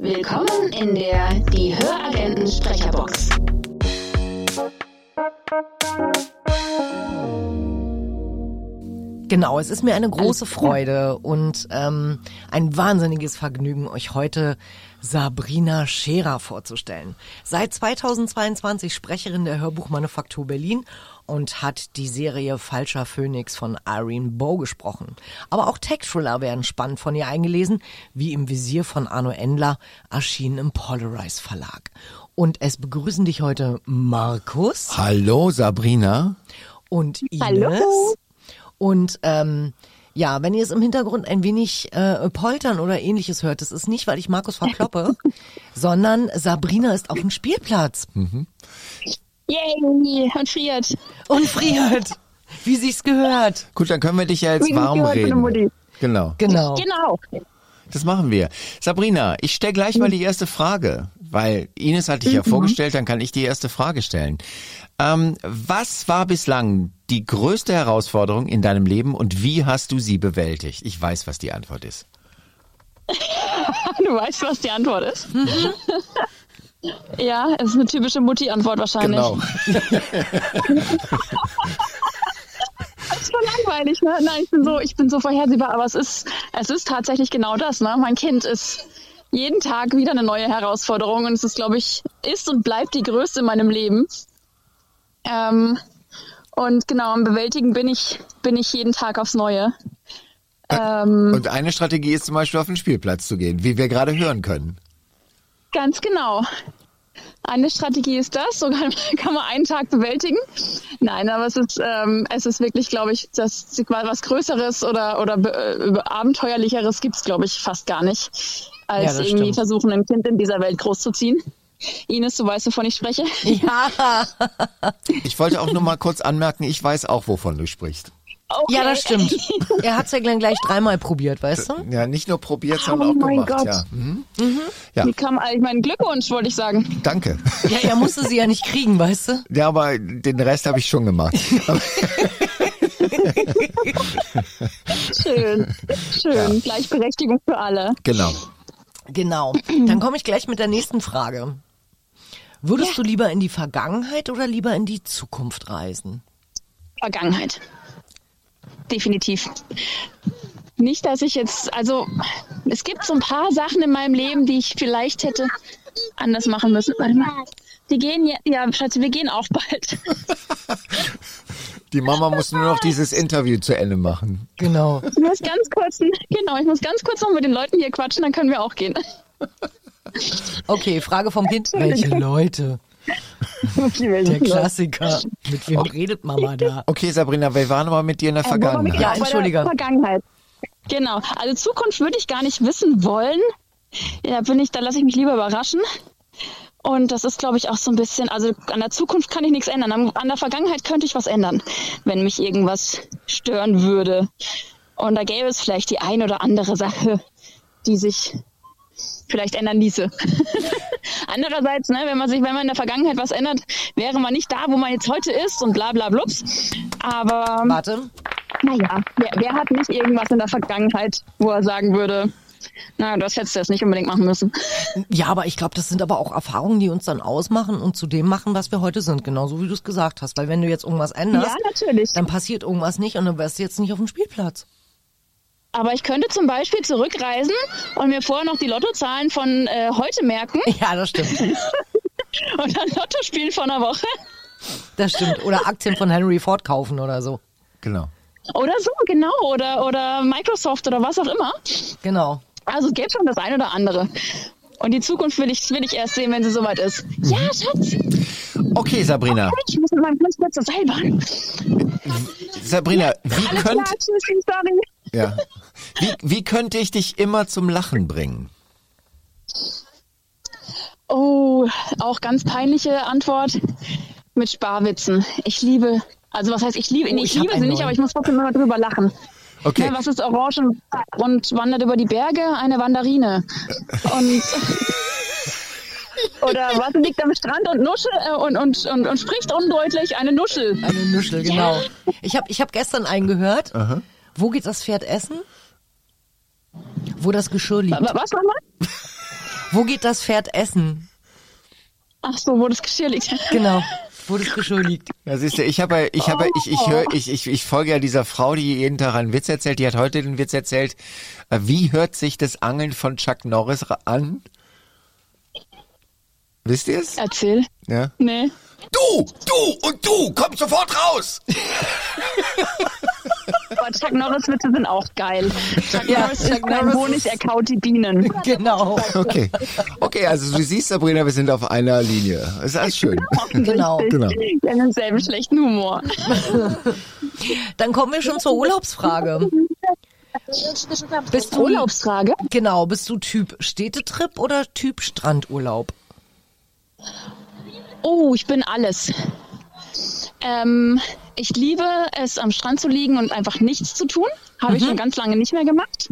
Willkommen in der Die Höragenten Sprecherbox. Genau, es ist mir eine große Freude und ein wahnsinniges Vergnügen, euch heute Sabrina Scherer vorzustellen. Seit 2022 Sprecherin der Hörbuchmanufaktur Berlin und hat die Serie Falscher Phönix von Irene Bow gesprochen. Aber auch Tech-Thriller werden spannend von ihr eingelesen, wie Im Visier von Arno Endler, erschienen im Polarize Verlag. Und es begrüßen dich heute Markus. Hallo Sabrina. Und Ines. Hallo. Und ja, wenn ihr es im Hintergrund ein wenig poltern oder ähnliches hört, das ist nicht, weil ich Markus verkloppe, sondern Sabrina ist auf dem Spielplatz. Yay, und friert. Und friert, wie sich's gehört. Gut, dann können wir dich ja jetzt Wie warm gehört von der Mutti. reden. Genau, Genau. Genau. das machen wir. Sabrina, ich stelle gleich mal die erste Frage, weil Ines hat dich ja vorgestellt, dann kann ich die erste Frage stellen. Was war bislang die größte Herausforderung in deinem Leben und wie hast du sie bewältigt? Ich weiß, was die Antwort ist. Du weißt, was die Antwort ist. Ja, es ist eine typische Mutti-Antwort wahrscheinlich. Genau. Das ist schon langweilig, ne? Nein, ich bin so vorhersehbar, aber es ist tatsächlich genau das, ne? Mein Kind ist jeden Tag wieder eine neue Herausforderung und es ist, glaube ich, ist und bleibt die größte in meinem Leben. Und genau, am Bewältigen bin ich jeden Tag aufs Neue. Und eine Strategie ist zum Beispiel auf den Spielplatz zu gehen, wie wir gerade hören können. Ganz genau. Eine Strategie ist das, so kann man einen Tag bewältigen. Nein, aber es ist wirklich, glaube ich, was Größeres oder Abenteuerlicheres gibt's, glaube ich, fast gar nicht, als irgendwie stimmt. versuchen, ein Kind in dieser Welt großzuziehen. Ines, du weißt, wovon ich spreche? Ja. Ich wollte auch nur mal kurz anmerken, ich weiß auch, wovon du sprichst. Okay. Ja, das stimmt. Er hat's ja gleich 3-mal probiert, weißt du? Ja, nicht nur probiert, sondern Oh auch mein gemacht. Gott. Ja. Ja. Wie kam eigentlich mein Glückwunsch, wollte ich sagen. Danke. Ja, er musste sie ja nicht kriegen, weißt du? Ja, aber den Rest habe ich schon gemacht. Schön. Ja. Gleichberechtigung für alle. Genau. Genau. Dann komme ich gleich mit der nächsten Frage. Würdest du lieber in die Vergangenheit oder lieber in die Zukunft reisen? Vergangenheit. Definitiv. Nicht, dass ich jetzt, es gibt so ein paar Sachen in meinem Leben, die ich vielleicht hätte anders machen müssen. Warte mal. Die gehen ja, Schatz, wir gehen auch bald. Die Mama muss nur noch dieses Interview zu Ende machen. Genau. Ich muss ganz kurz noch mit den Leuten hier quatschen, dann können wir auch gehen. Okay, Frage vom Kind. Welche Leute? Der Klassiker. Mit wem redet Mama da? Okay, Sabrina, wir waren aber mit dir in der Vergangenheit. Ja, entschuldige. Vergangenheit. Genau. Also Zukunft würde ich gar nicht wissen wollen. Da lasse ich mich lieber überraschen. Und das ist, glaube ich, auch so ein bisschen, also an der Zukunft kann ich nichts ändern. An der Vergangenheit könnte ich was ändern, wenn mich irgendwas stören würde. Und da gäbe es vielleicht die ein oder andere Sache, die sich vielleicht ändern ließe. Andererseits, ne, wenn man in der Vergangenheit was ändert, wäre man nicht da, wo man jetzt heute ist und bla bla blups. Aber Warte. naja, wer hat nicht irgendwas in der Vergangenheit, wo er sagen würde, na, das hättest du jetzt nicht unbedingt machen müssen. Ja, aber ich glaube, das sind aber auch Erfahrungen, die uns dann ausmachen und zu dem machen, was wir heute sind. Genauso wie du es gesagt hast. Weil wenn du jetzt irgendwas änderst, Ja, natürlich. dann passiert irgendwas nicht und dann wärst du jetzt nicht auf dem Spielplatz. Aber ich könnte zum Beispiel zurückreisen und mir vorher noch die Lottozahlen von heute merken Ja, das stimmt. und dann Lotto spielen vor einer Woche. Das stimmt. Oder Aktien von Henry Ford kaufen oder so. Genau. Oder so, genau. Oder Microsoft oder was auch immer. Genau. Also es gibt schon das eine oder andere. Und die Zukunft will ich erst sehen, wenn sie soweit ist. Ja, Schatz. Okay, Sabrina. Ich muss mit meinem Fuß kurz zur Seilbahn. Sabrina, Sorry. wie könnte ich dich immer zum Lachen bringen? Oh, auch ganz peinliche Antwort. Mit Sparwitzen. Ich liebe, also was heißt ich liebe, Oh, ich hab liebe einen sie nicht, neuen. aber ich muss trotzdem immer drüber lachen. Okay. Ja, was ist orange und wandert über die Berge? Eine Wanderine. Und oder was liegt am Strand und und spricht undeutlich? Eine Nuschel. Eine Nuschel, genau. Ich hab gestern einen gehört. Aha. Wo geht das Pferd essen? Wo das Geschirr liegt. Was nochmal? Wo geht das Pferd essen? Ach so, wo das Geschirr liegt. Genau, wo das Geschirr liegt. Ja, siehst du, ich folge ja dieser Frau, die jeden Tag einen Witz erzählt. Die hat heute den Witz erzählt. Wie hört sich das Angeln von Chuck Norris an? Wisst ihr es? Erzähl. Ja. Nee. Du und du, komm sofort raus! Aber Chuck Norris-Witze sind auch geil. Chuck Norris ist kein Honig, er kaut die Bienen. Genau. Okay, also du siehst, Sabrina, wir sind auf einer Linie. Ist alles schön. Genau. Wir haben denselben schlechten Humor. Dann kommen wir schon zur Urlaubsfrage. Bist du Urlaubsfrage? Genau, bist du Typ Städtetrip oder Typ Strandurlaub? Oh, ich bin alles. Ich liebe es, am Strand zu liegen und einfach nichts zu tun. Habe ich schon ganz lange nicht mehr gemacht.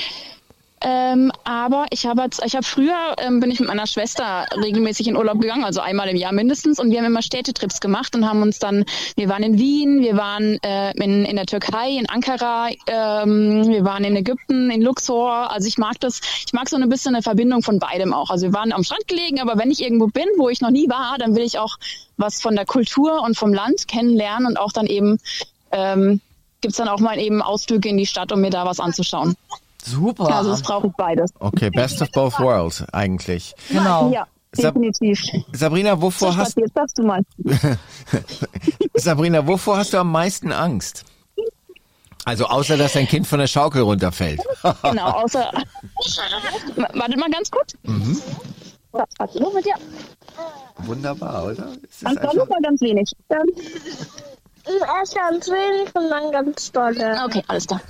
Aber ich habe früher bin ich mit meiner Schwester regelmäßig in Urlaub gegangen, also einmal im Jahr mindestens, und wir haben immer Städtetrips gemacht und haben uns dann, wir waren in Wien, wir waren in der Türkei, in Ankara, wir waren in Ägypten, in Luxor. Also ich mag so ein bisschen eine Verbindung von beidem auch. Also wir waren am Strand gelegen, aber wenn ich irgendwo bin, wo ich noch nie war, dann will ich auch was von der Kultur und vom Land kennenlernen und auch dann eben gibt's dann auch mal eben Ausflüge in die Stadt, um mir da was anzuschauen. Super. Also das brauche ich beides. Okay, best of both worlds eigentlich. Genau. Ja, definitiv. Sabrina, wovor Jetzt darfst du mal. Sabrina, wovor hast du am meisten Angst? Also außer, dass dein Kind von der Schaukel runterfällt. Genau, außer... Warte mal ganz kurz. Was ist los mit dir? Wunderbar, oder? Ganz mal ganz wenig. Erst ganz wenig und dann ganz dolle. Okay, alles klar.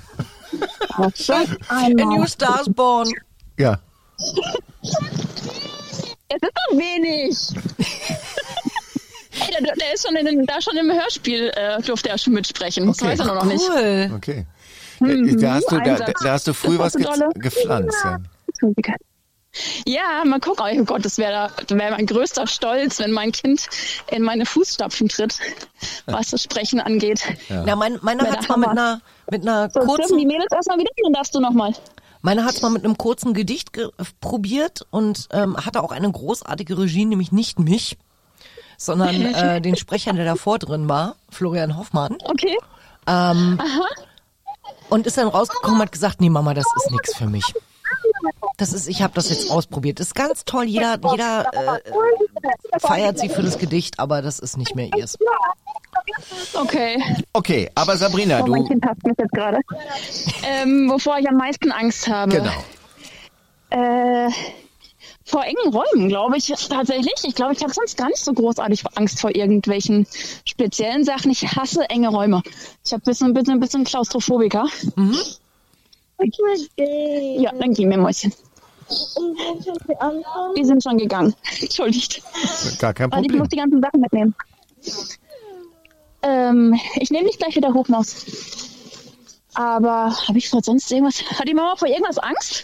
A new star is born. Ja. Es ist doch wenig. Hey, der ist schon im Hörspiel, durfte er schon mitsprechen. Das weiß er nur noch nicht. Cool. Okay. Da hast du früh was gepflanzt. Ja. Ja, mal gucken. Oh Gott, das wäre mein größter Stolz, wenn mein Kind in meine Fußstapfen tritt, was das Sprechen angeht. Ja. Na, meiner hat's mal mit einer So, kurzen... die Mädels erstmal wieder, dann darfst du nochmal. Meiner hat's mal mit einem kurzen Gedicht probiert und hatte auch eine großartige Regie, nämlich nicht mich, sondern den Sprecher, der davor drin war, Florian Hoffmann. Okay. Und ist dann rausgekommen und hat gesagt, nee Mama, das ist nichts für mich. Ich habe das jetzt ausprobiert. Das ist ganz toll, jeder feiert sie für das Gedicht, aber das ist nicht mehr ihrs. Okay, aber Sabrina, mein Kind hasst mich jetzt gerade. Wovor ich am meisten Angst habe. Genau. Vor engen Räumen, glaube ich, tatsächlich. Ich glaube, ich habe sonst gar nicht so großartig Angst vor irgendwelchen speziellen Sachen. Ich hasse enge Räume. Ich habe ein bisschen Klaustrophobiker. Mhm. Ich will gehen. Ja, dann gehen wir, Mäuschen. Die sind schon gegangen. Entschuldigt. Gar kein Weil ich Problem. muss die ganzen Sachen mitnehmen. Ich nehme dich gleich wieder hoch, Maus. Aber habe ich vor sonst irgendwas... Hat die Mama vor irgendwas Angst?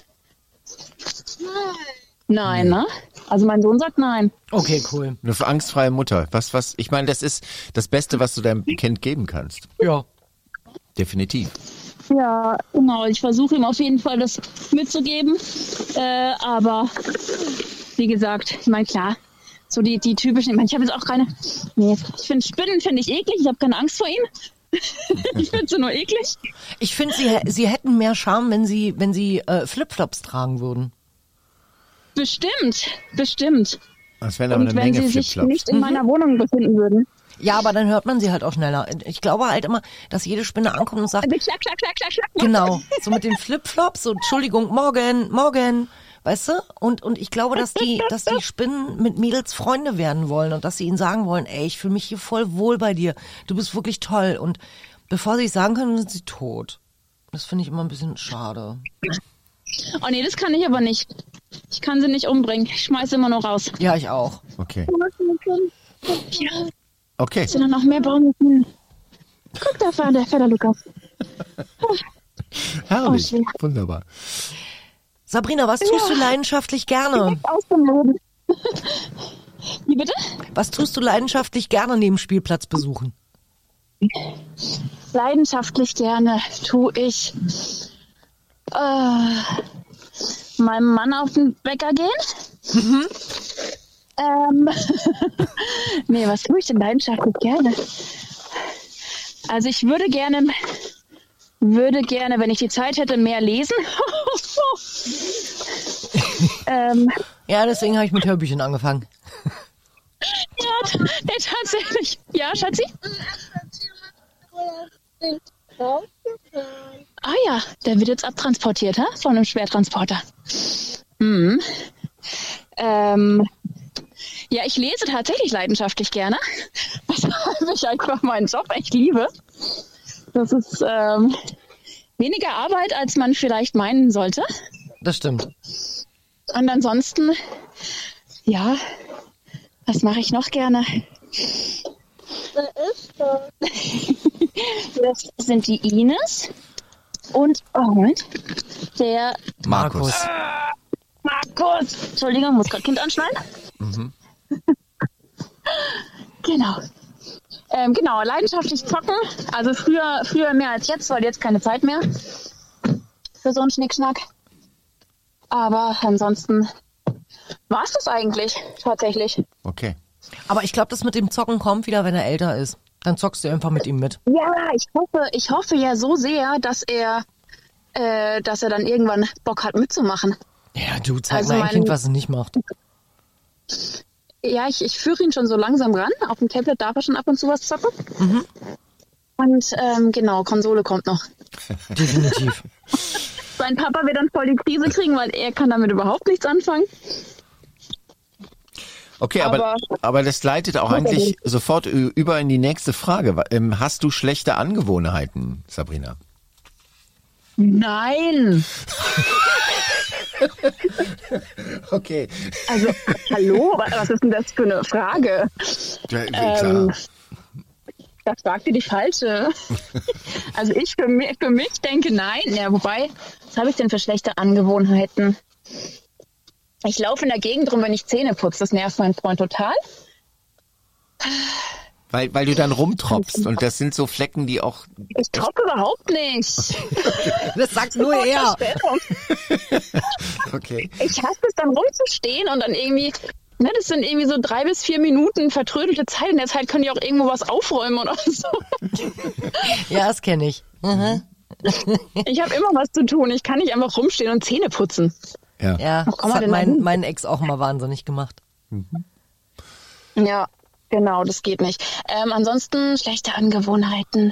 Nein, ne? Also mein Sohn sagt nein. Okay, cool. Eine angstfreie Mutter. Ich meine, das ist das Beste, was du deinem Kind geben kannst. Ja. Definitiv. Ja, genau. Ich versuche ihm auf jeden Fall das mitzugeben. Aber wie gesagt, ich meine, klar, so die typischen, ich meine, ich habe jetzt auch keine... Nee, ich finde Spinnen finde ich eklig, ich habe keine Angst vor ihnen. Ich finde sie nur eklig. Ich finde, sie hätten mehr Charme, wenn sie Flipflops tragen würden. Bestimmt. Das wären aber Und eine wenn Menge sie sich Flipflops. nicht in meiner Wohnung befinden würden. Ja, aber dann hört man sie halt auch schneller. Ich glaube halt immer, dass jede Spinne ankommt und sagt, Also klack, klack, klack, klack, klack. genau, so mit den Flipflops, so Entschuldigung, morgen, weißt du? Und ich glaube, dass die Spinnen mit Mädels Freunde werden wollen und dass sie ihnen sagen wollen, ey, ich fühle mich hier voll wohl bei dir. Du bist wirklich toll. Und bevor sie es sagen können, sind sie tot. Das finde ich immer ein bisschen schade. Oh nee, das kann ich aber nicht. Ich kann sie nicht umbringen. Ich schmeiße immer nur raus. Ja, ich auch. Okay. Ja, Okay. sind da noch mehr Baumwipfel? Guck, da fährt der Lukas. Herrlich. schön. Wunderbar. Sabrina, was tust du leidenschaftlich gerne? Aus dem Boden. Wie bitte? Was tust du leidenschaftlich gerne neben Spielplatz besuchen? Leidenschaftlich gerne tue ich meinem Mann auf den Bäcker gehen. Nee, was tue ich denn leidenschaftlich gerne? Also ich würde gerne, wenn ich die Zeit hätte, mehr lesen. Ja, deswegen habe ich mit Hörbüchern angefangen. Ja, tatsächlich. Ja, Schatzi? Ah ja, der wird jetzt abtransportiert, ha? Von einem Schwertransporter. Ja, ich lese tatsächlich leidenschaftlich gerne, weshalb ich einfach meinen Job echt liebe. Das ist weniger Arbeit, als man vielleicht meinen sollte. Das stimmt. Und ansonsten, ja, was mache ich noch gerne? Wer ist das? Das sind die Ines und Moment, der Markus. Markus. Entschuldigung, muss gerade Kind anschneiden. Genau. Genau, leidenschaftlich zocken. Also früher mehr als jetzt, weil jetzt keine Zeit mehr für so einen Schnickschnack. Aber ansonsten war es das eigentlich tatsächlich. Okay. Aber ich glaube, das mit dem Zocken kommt wieder, wenn er älter ist. Dann zockst du einfach mit ihm mit. Ja, ich hoffe ja so sehr, dass er dann irgendwann Bock hat mitzumachen. Ja, du zeig Also mal ein mein- Kind, was es nicht macht. Ja, ich führe ihn schon so langsam ran. Auf dem Tablet darf er schon ab und zu was zocken. Und genau, Konsole kommt noch. Definitiv. Sein Papa wird dann voll die Krise kriegen, weil er kann damit überhaupt nichts anfangen. Okay, aber das leitet auch eigentlich sofort über in die nächste Frage. Hast du schlechte Angewohnheiten, Sabrina? Nein! Okay. Also, hallo? Was ist denn das für eine Frage? Ja, klar. Das fragte die falsche. Also ich für mich denke nein. Ja, wobei, was habe ich denn für schlechte Angewohnheiten? Ich laufe in der Gegend rum, wenn ich Zähne putze. Das nervt meinen Freund total. Weil du dann rumtropfst und das sind so Flecken, die auch... Ich tropfe überhaupt nicht. Das sagt nur er. Okay. Ich hasse es dann rumzustehen und dann irgendwie, ne, das sind irgendwie so 3 bis 4 Minuten vertrödelte Zeit. In der Zeit können die auch irgendwo was aufräumen oder so. Ja, das kenne ich. Ich habe immer was zu tun. Ich kann nicht einfach rumstehen und Zähne putzen. Ja. Ja, Wo das kommen wir hat denn da hin? mein Ex auch mal wahnsinnig gemacht. Ja, genau, das geht nicht. Ansonsten schlechte Angewohnheiten.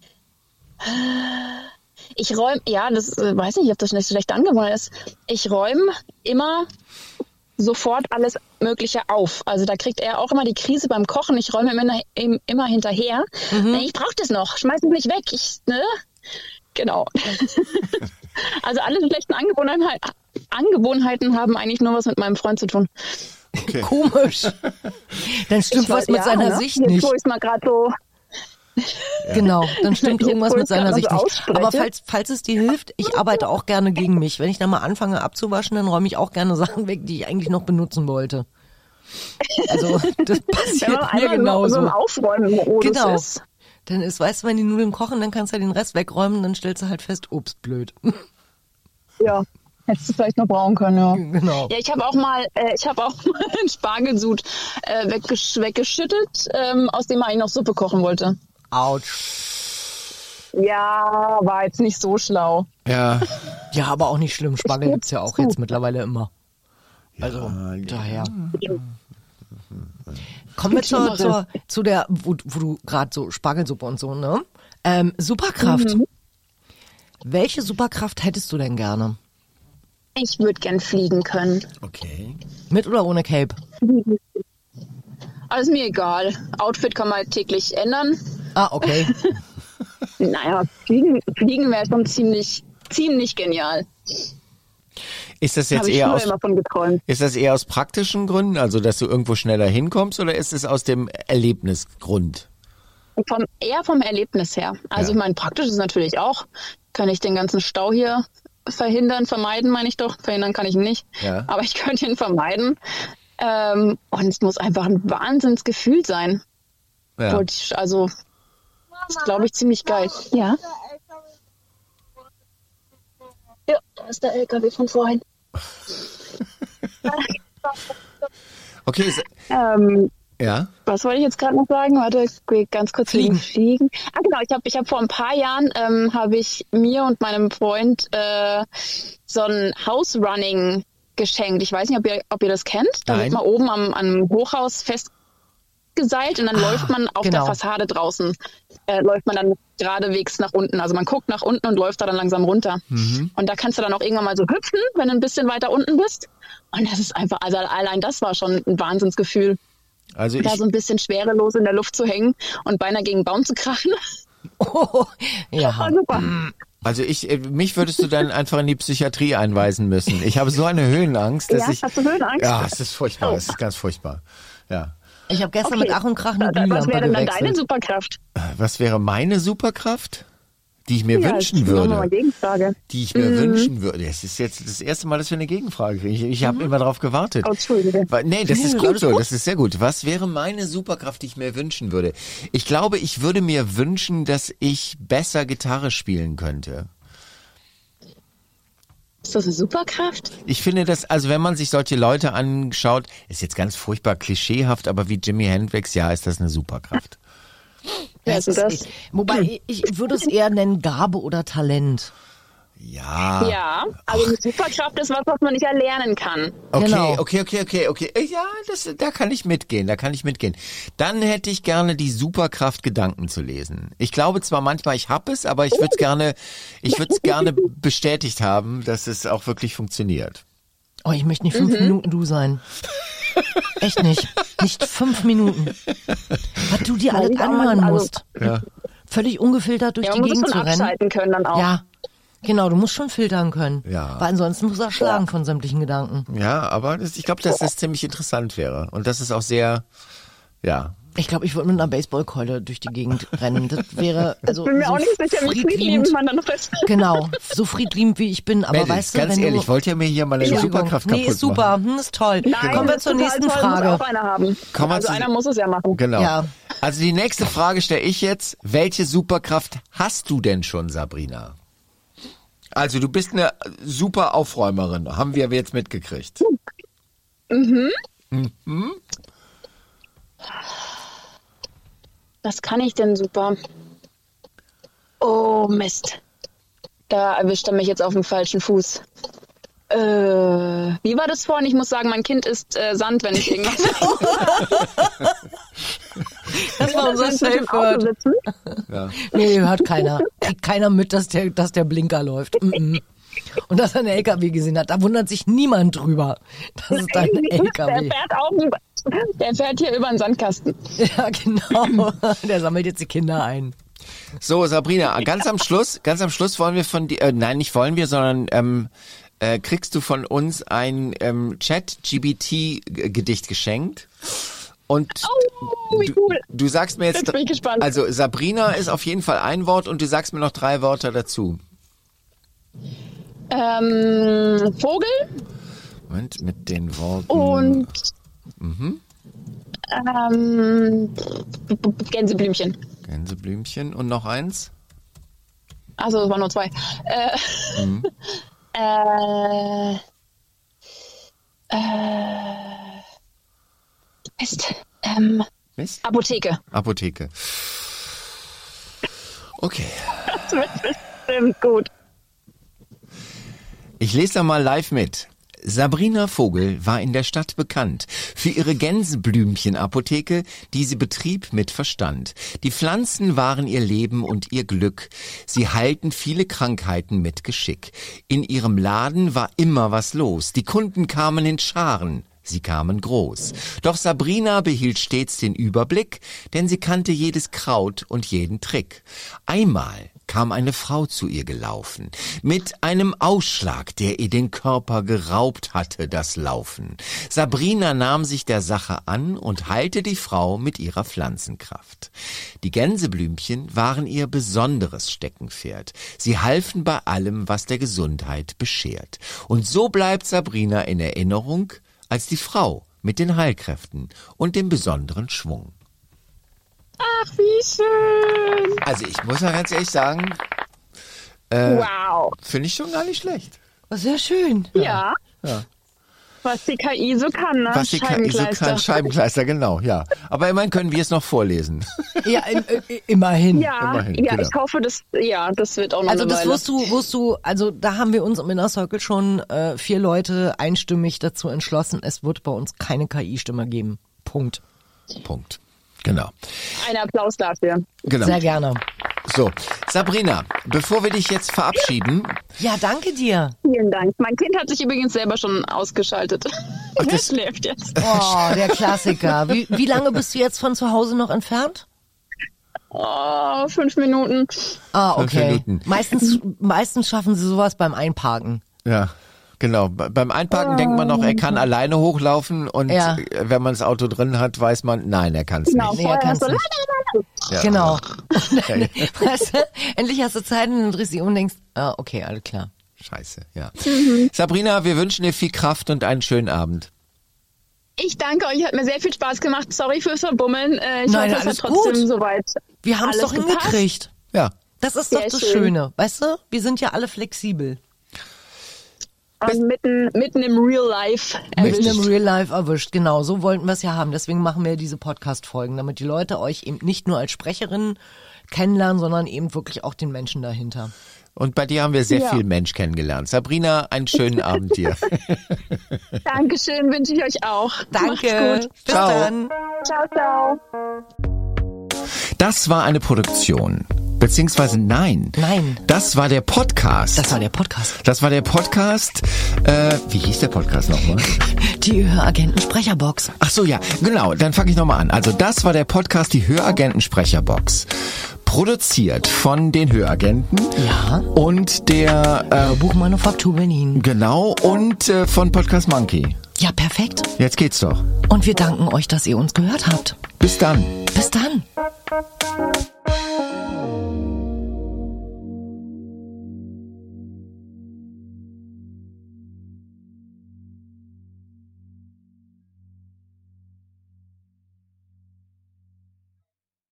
Ich räume, ja, das weiß nicht, ob das eine schlechte Angewohnheit ist. Ich räume immer sofort alles Mögliche auf. Also da kriegt er auch immer die Krise beim Kochen. Ich räume ihm immer hinterher. Ich brauche das noch, schmeiß es nicht weg. Genau. Also alle schlechten Angewohnheiten haben eigentlich nur was mit meinem Freund zu tun. Okay. Komisch. Dann stimmt was mit seiner Sicht Jetzt, nicht. wo ich es mal gerade so... Genau, dann stimmt Jetzt, irgendwas wo mit ich's seiner grad Sicht so nicht. ausspreche. Aber falls es dir hilft, ich arbeite auch gerne gegen mich. Wenn ich dann mal anfange abzuwaschen, dann räume ich auch gerne Sachen weg, die ich eigentlich noch benutzen wollte. Also das Wenn passiert man mir einmal so genauso. im Aufräumen-Modus Genau. ist. Dann ist, weißt du, wenn die Nudeln kochen, dann kannst du ja den Rest wegräumen, dann stellst du halt fest, ups, blöd. Ja, hättest du vielleicht noch brauchen können, ja. Genau. Ja, ich habe auch mal einen Spargelsud weggeschüttet, aus dem man eigentlich noch Suppe kochen wollte. Autsch. Ja, war jetzt nicht so schlau. Ja. Ja, aber auch nicht schlimm. Spargel gibt's ja auch jetzt mittlerweile immer. Also, daher. Kommen wir zu der, wo du gerade so Spargelsuppe und so, ne? Superkraft. Welche Superkraft hättest du denn gerne? Ich würde gern fliegen können. Okay. Mit oder ohne Cape? Alles mir egal. Outfit kann man halt täglich ändern. Ah, okay. Naja, fliegen wäre schon ziemlich genial. Ist das jetzt Habe ich eher früher immer von geträumt. ist das eher aus praktischen Gründen, also dass du irgendwo schneller hinkommst, oder ist es aus dem Erlebnisgrund? Eher vom Erlebnis her. Also Ja. ich meine, praktisch ist natürlich auch, kann ich den ganzen Stau hier vermeiden, meine ich doch. Verhindern kann ich ihn nicht. Ja. Aber ich könnte ihn vermeiden. Und es muss einfach ein Wahnsinnsgefühl sein. Ja. Also, das ist, glaube ich, ziemlich geil. Ja. Ja, da ist der LKW von vorhin. Okay, ja. Was wollte ich jetzt gerade noch sagen? Warte, ganz kurz wegen Fliegen. Genau, ich hab vor ein paar Jahren habe ich mir und meinem Freund so ein House-Running geschenkt. Ich weiß nicht, ob ihr das kennt. Da wird man oben am Hochhaus festgeseilt und dann läuft man auf der Fassade draußen, läuft man dann geradewegs nach unten. Also man guckt nach unten und läuft da dann langsam runter. Und da kannst du dann auch irgendwann mal so hüpfen, wenn du ein bisschen weiter unten bist. Und das ist einfach, also allein das war schon ein Wahnsinnsgefühl. Also da so ein bisschen schwerelos in der Luft zu hängen und beinahe gegen einen Baum zu krachen. Oh, ja. War super. Also mich würdest du dann einfach in die Psychiatrie einweisen müssen. Ich habe so eine Höhenangst, dass hast du Höhenangst? Ja, es ist furchtbar, es ist ganz furchtbar. Ja. Ich habe gestern mit Ach und Krach eine Glühlampe Was wäre denn dann gewechselt. deine Superkraft? Was wäre meine Superkraft? Die ich mir wünschen würde. Mal Gegenfrage. Die ich mir wünschen würde. Es ist jetzt das erste Mal, dass wir eine Gegenfrage kriegen. Ich habe immer darauf gewartet. Oh, Entschuldige. Nee, das ist gut so. Das ist sehr gut. Was wäre meine Superkraft, die ich mir wünschen würde? Ich glaube, ich würde mir wünschen, dass ich besser Gitarre spielen könnte. Ist das eine Superkraft? Ich finde das, also wenn man sich solche Leute anschaut, ist jetzt ganz furchtbar klischeehaft, aber wie Jimi Hendrix, ja, ist das eine Superkraft. Ja, also das. Wobei, ich würde es eher nennen Gabe oder Talent. Ja. Ja, also eine Superkraft ist was man nicht erlernen kann. Okay, Genau. okay. Ja, da kann ich mitgehen, Dann hätte ich gerne die Superkraft, Gedanken zu lesen. Ich glaube zwar manchmal, ich habe es, aber ich würde es gerne bestätigt haben, dass es auch wirklich funktioniert. Oh, ich möchte nicht 5 Minuten du sein. Echt nicht. Nicht 5 Minuten. Was du dir alles anhören musst. Ja. Völlig ungefiltert durch die man muss Gegend zu schon rennen. abschalten können dann auch. Ja, genau, du musst schon filtern können. Ja. Weil ansonsten musst du erschlagen von sämtlichen Gedanken. Ja, aber ich glaube, dass das ziemlich interessant wäre. Und das ist auch sehr, ja. Ich glaube, ich würde mit einer Baseballkeule durch die Gegend rennen. Das wäre, also. Ich bin mir so auch nicht sicher, wie friedliebend man dann noch ist. Genau, so friedliebend wie ich bin. Aber Mädels, weißt du, ganz wenn ehrlich, du, wollt ihr mir hier mal eine Entschuldigung. Superkraft kaputt Nee, ist super, machen? ist toll. Nein, Kommen wir das zur ist total nächsten toll, Frage. Muss auch einer haben. Kommen wir Also zu- einer muss es ja machen. Genau. Ja. Also die nächste Frage stelle ich jetzt. Welche Superkraft hast du denn schon, Sabrina? Also du bist eine super Aufräumerin, haben wir jetzt mitgekriegt. Was kann ich denn super? Oh, Mist. Da erwischt er mich jetzt auf dem falschen Fuß. Wie war das vorhin? Ich muss sagen, mein Kind isst Sand, wenn ich irgendwas... Das war unser Mit dem Auto Safe-Word. sitzen. Ja. Nee, hört keiner. Kriegt keiner mit, dass der Blinker läuft. Und dass er einen LKW gesehen hat. Da wundert sich niemand drüber. Das ist ein LKW. Der fährt hier über den Sandkasten. Ja, genau. Der sammelt jetzt die Kinder ein. So, Sabrina, ganz am Schluss wollen wir von dir, nein, nicht wollen wir, sondern kriegst du von uns ein Chat-GBT-Gedicht geschenkt. Und wie cool. du sagst mir jetzt, Jetzt bin ich gespannt. also Sabrina ist auf jeden Fall ein Wort und du sagst mir noch 3 Wörter dazu. Vogel Moment, mit den Worten. und Gänseblümchen. Gänseblümchen und noch eins. Also es waren nur 2. Mist. Mist? Apotheke. Apotheke. Okay. Das wird bestimmt gut. Ich lese da mal live mit. Sabrina Vogel war in der Stadt bekannt für ihre Gänseblümchenapotheke, die sie betrieb mit Verstand. Die Pflanzen waren ihr Leben und ihr Glück. Sie heilten viele Krankheiten mit Geschick. In ihrem Laden war immer was los. Die Kunden kamen in Scharen. Sie kamen groß. Doch Sabrina behielt stets den Überblick, denn sie kannte jedes Kraut und jeden Trick. Einmal kam eine Frau zu ihr gelaufen, mit einem Ausschlag, der ihr den Körper geraubt hatte, das Laufen. Sabrina nahm sich der Sache an und heilte die Frau mit ihrer Pflanzenkraft. Die Gänseblümchen waren ihr besonderes Steckenpferd. Sie halfen bei allem, was der Gesundheit beschert. Und so bleibt Sabrina in Erinnerung als die Frau mit den Heilkräften und dem besonderen Schwung. Ach, wie schön. Also ich muss mal ganz ehrlich sagen, Wow. finde ich schon gar nicht schlecht. Sehr schön. Ja. Was die KI so kann, ne? Was die KI so kann, Scheibenkleister, genau, ja. Aber immerhin können wir es noch vorlesen. Ja, immerhin. Ja, Immerhin, ja, genau. ich hoffe, das wird auch noch Also eine das Weile. wirst du, also da haben wir uns im Inner Circle schon 4 Leute einstimmig dazu entschlossen, es wird bei uns keine KI-Stimme geben. Punkt. Genau. Ein Applaus dafür. Genau. Sehr gerne. So, Sabrina, bevor wir dich jetzt verabschieden, Ja, danke dir. Vielen Dank. Mein Kind hat sich übrigens selber schon ausgeschaltet. Der das- schläft jetzt. Oh, der Klassiker. Wie lange bist du jetzt von zu Hause noch entfernt? 5 Minuten. Ah, 5 okay. Minuten. Meistens schaffen sie sowas beim Einparken. ja, genau. Beim Einparken denkt man noch, er kann alleine hochlaufen und Ja. wenn man das Auto drin hat, weiß man, nein, er kann es Genau, nicht. Nee, er vorher kann's so, nicht. Ja. Genau. Und dann, weißt du, endlich hast du Zeit und dann drehst du dich um und denkst, okay, alles klar. Scheiße, ja. Sabrina, wir wünschen dir viel Kraft und einen schönen Abend. Ich danke euch, hat mir sehr viel Spaß gemacht. Sorry fürs Verbummeln. Ich Nein, hoffe, es alles hat trotzdem gut. soweit Wir haben es alles doch gepasst. hingekriegt. Ja. Das ist doch Sehr das schön. Schöne. Weißt du, wir sind ja alle flexibel. Und mitten im Real Life Mitten erwischt. im Real Life erwischt, genau. So wollten wir es ja haben. Deswegen machen wir diese Podcast-Folgen, damit die Leute euch eben nicht nur als Sprecherin kennenlernen, sondern eben wirklich auch den Menschen dahinter. Und bei dir haben wir sehr Ja. viel Mensch kennengelernt. Sabrina, einen schönen Abend dir. Dankeschön, wünsche ich euch auch. Danke. Macht's gut. Bis Ciao. dann. Ciao, ciao. Das war eine Produktion. Beziehungsweise nein. Nein. Das war der Podcast. Das war der Podcast. Das war der Podcast. Wie hieß der Podcast nochmal? Die Höragenten-Sprecherbox. Ach so, ja, genau. Dann fange ich nochmal an. Also das war der Podcast, die Höragenten-Sprecherbox. Produziert von den Höragenten. Ja. Und der, Buchmanufaktur Berlin. genau, und von Podcast Monkey. Ja, perfekt. Jetzt geht's doch. Und wir danken euch, dass ihr uns gehört habt. Bis dann. Bis dann.